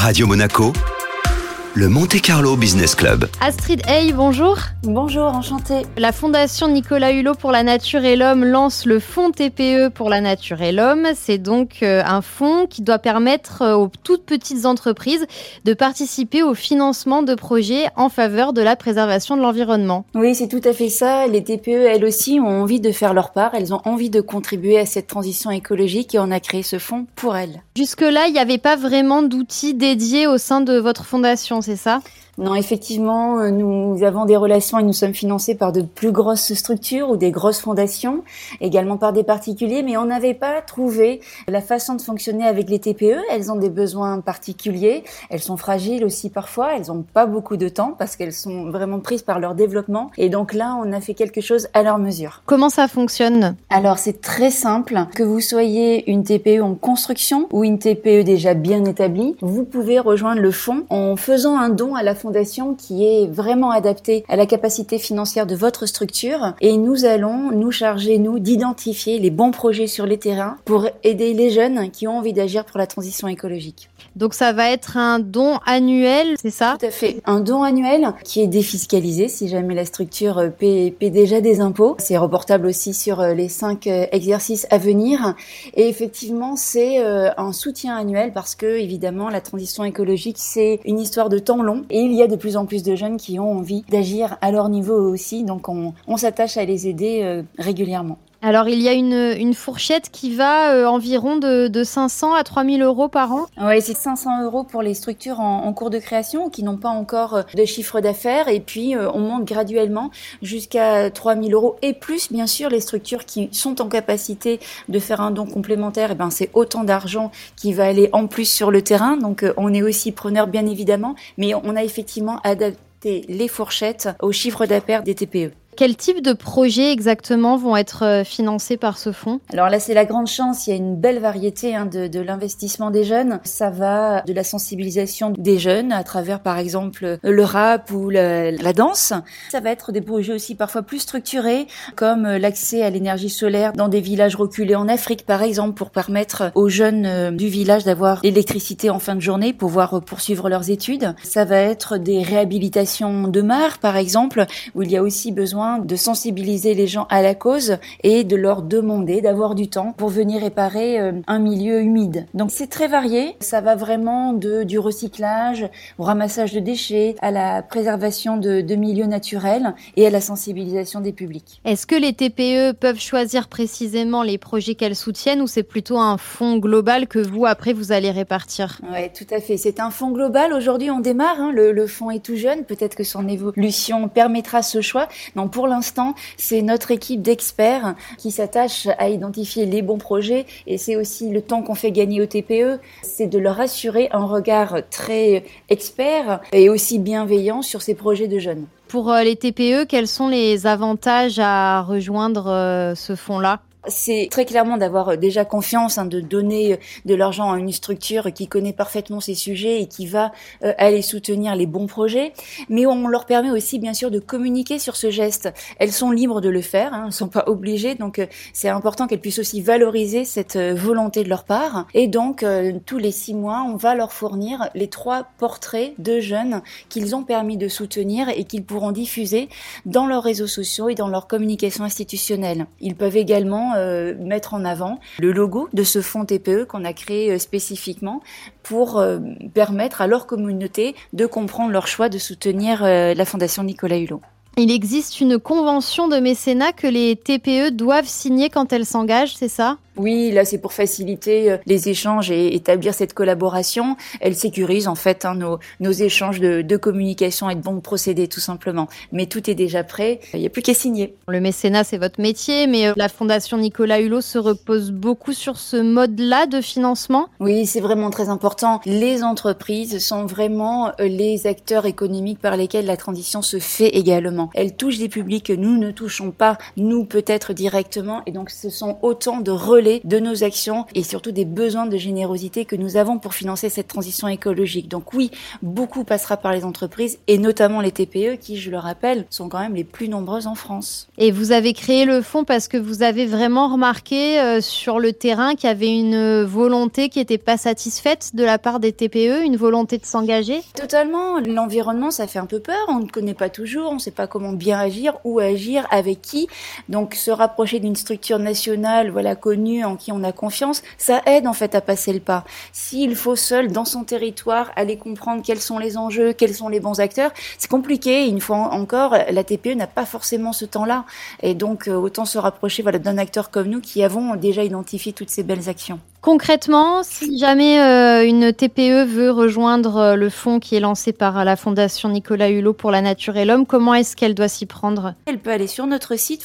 Radio Monaco, le Monte Carlo Business Club. Astrid Hey, bonjour. Bonjour, enchantée. La Fondation Nicolas Hulot pour la Nature et l'Homme lance le fonds TPE pour la Nature et l'Homme. C'est donc un fonds qui doit permettre aux toutes petites entreprises de participer au financement de projets en faveur de la préservation de l'environnement. Oui, c'est tout à fait ça. Les TPE, elles aussi, ont envie de faire leur part. Elles ont envie de contribuer à cette transition écologique et on a créé ce fonds pour elles. Jusque-là, il n'y avait pas vraiment d'outils dédiés au sein de votre fondation, c'est ça ? Non, effectivement, nous avons des relations et nous sommes financés par de plus grosses structures ou des grosses fondations, également par des particuliers, mais on n'avait pas trouvé la façon de fonctionner avec les TPE. Elles ont des besoins particuliers, elles sont fragiles aussi parfois, elles n'ont pas beaucoup de temps parce qu'elles sont vraiment prises par leur développement. Et donc là, on a fait quelque chose à leur mesure. Comment ça fonctionne ? Alors, c'est très simple. Que vous soyez une TPE en construction ou une TPE déjà bien établie, vous pouvez rejoindre le fonds en faisant un don à la fondation qui est vraiment adaptée à la capacité financière de votre structure et nous allons nous charger, d'identifier les bons projets sur les terrains pour aider les jeunes qui ont envie d'agir pour la transition écologique. Donc ça va être un don annuel, c'est ça ? Tout à fait. Un don annuel qui est défiscalisé si jamais la structure paie déjà des impôts. C'est reportable aussi sur les 5 exercices à venir. Et effectivement, c'est un soutien annuel parce que, évidemment, la transition écologique, c'est une histoire de temps long. Et il y a de plus en plus de jeunes qui ont envie d'agir à leur niveau aussi. Donc on s'attache à les aider régulièrement. Alors, il y a une fourchette qui va environ de 500 à 3000 euros par an. Oui, c'est 500 euros pour les structures en cours de création qui n'ont pas encore de chiffre d'affaires. Et puis, on monte graduellement jusqu'à 3000 euros. Et plus, bien sûr, les structures qui sont en capacité de faire un don complémentaire, c'est autant d'argent qui va aller en plus sur le terrain. Donc, on est aussi preneur, bien évidemment. Mais on a effectivement adapté les fourchettes au chiffre d'affaires des TPE. Quel type de projets exactement vont être financés par ce fonds ? Alors là, c'est la grande chance. Il y a une belle variété de l'investissement des jeunes. Ça va de la sensibilisation des jeunes à travers, par exemple, le rap ou la danse. Ça va être des projets aussi parfois plus structurés, comme l'accès à l'énergie solaire dans des villages reculés en Afrique, par exemple, pour permettre aux jeunes du village d'avoir l'électricité en fin de journée pour pouvoir poursuivre leurs études. Ça va être des réhabilitations de mares, par exemple, où il y a aussi besoin de sensibiliser les gens à la cause et de leur demander d'avoir du temps pour venir réparer un milieu humide. Donc c'est très varié, ça va vraiment du recyclage au ramassage de déchets, à la préservation de milieux naturels et à la sensibilisation des publics. Est-ce que les TPE peuvent choisir précisément les projets qu'elles soutiennent ou c'est plutôt un fonds global que vous, après, vous allez répartir ? Oui, tout à fait. C'est un fonds global. Aujourd'hui, on démarre. Le fonds est tout jeune. Peut-être que son évolution permettra ce choix. Non, pour l'instant, c'est notre équipe d'experts qui s'attache à identifier les bons projets et c'est aussi le temps qu'on fait gagner aux TPE, c'est de leur assurer un regard très expert et aussi bienveillant sur ces projets de jeunes. Pour les TPE, quels sont les avantages à rejoindre ce fonds-là ? C'est très clairement d'avoir déjà confiance, de donner de l'argent à une structure qui connaît parfaitement ces sujets et qui va aller soutenir les bons projets. Mais on leur permet aussi, bien sûr, de communiquer sur ce geste. Elles sont libres de le faire, elles ne sont pas obligées. Donc, c'est important qu'elles puissent aussi valoriser cette volonté de leur part. Et donc, tous les 6 mois, on va leur fournir les 3 portraits de jeunes qu'ils ont permis de soutenir et qu'ils pourront diffuser dans leurs réseaux sociaux et dans leur communication institutionnelle. Ils peuvent également mettre en avant le logo de ce fonds TPE qu'on a créé spécifiquement pour permettre à leur communauté de comprendre leur choix de soutenir la Fondation Nicolas Hulot. Il existe une convention de mécénat que les TPE doivent signer quand elles s'engagent, c'est ça ? Oui, là c'est pour faciliter les échanges et établir cette collaboration. Elle sécurise en fait nos échanges de communication et de bons procédés tout simplement. Mais tout est déjà prêt, il n'y a plus qu'à signer. Le mécénat c'est votre métier, mais la Fondation Nicolas Hulot se repose beaucoup sur ce mode-là de financement ? Oui, c'est vraiment très important. Les entreprises sont vraiment les acteurs économiques par lesquels la transition se fait également. Elles touchent des publics que nous ne touchons pas, nous peut-être directement, et donc ce sont autant de relais relais de nos actions et surtout des besoins de générosité que nous avons pour financer cette transition écologique. Donc oui, beaucoup passera par les entreprises et notamment les TPE qui, je le rappelle, sont quand même les plus nombreuses en France. Et vous avez créé le fonds parce que vous avez vraiment remarqué sur le terrain qu'il y avait une volonté qui n'était pas satisfaite de la part des TPE, une volonté de s'engager ? Totalement. L'environnement, ça fait un peu peur. On ne connaît pas toujours, on ne sait pas comment bien agir, où agir, avec qui. Donc se rapprocher d'une structure nationale, connue, en qui on a confiance, ça aide en fait à passer le pas. S'il faut seul, dans son territoire, aller comprendre quels sont les enjeux, quels sont les bons acteurs, c'est compliqué. Une fois encore, la TPE n'a pas forcément ce temps-là. Et donc, autant se rapprocher d'un acteur comme nous qui avons déjà identifié toutes ces belles actions. Concrètement, si jamais une TPE veut rejoindre le fonds qui est lancé par la Fondation Nicolas Hulot pour la nature et l'homme, comment est-ce qu'elle doit s'y prendre ? Elle peut aller sur notre site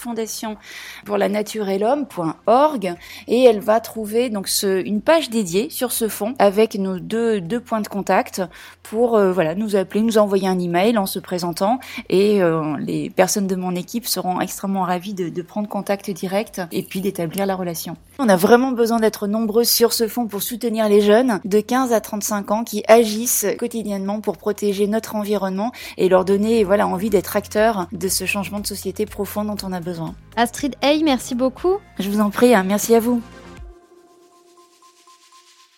fondationpourlanature-et-l'homme.org et elle va trouver donc une page dédiée sur ce fonds avec nos deux points de contact pour nous appeler, nous envoyer un email en se présentant et les personnes de mon équipe seront extrêmement ravies de prendre contact direct et puis d'établir la relation. On a vraiment besoin d'être nombreux sur ce fonds pour soutenir les jeunes de 15 à 35 ans qui agissent quotidiennement pour protéger notre environnement et leur donner envie d'être acteurs de ce changement de société profond dont on a besoin. Astrid Hey, merci beaucoup. Je vous en prie, merci à vous.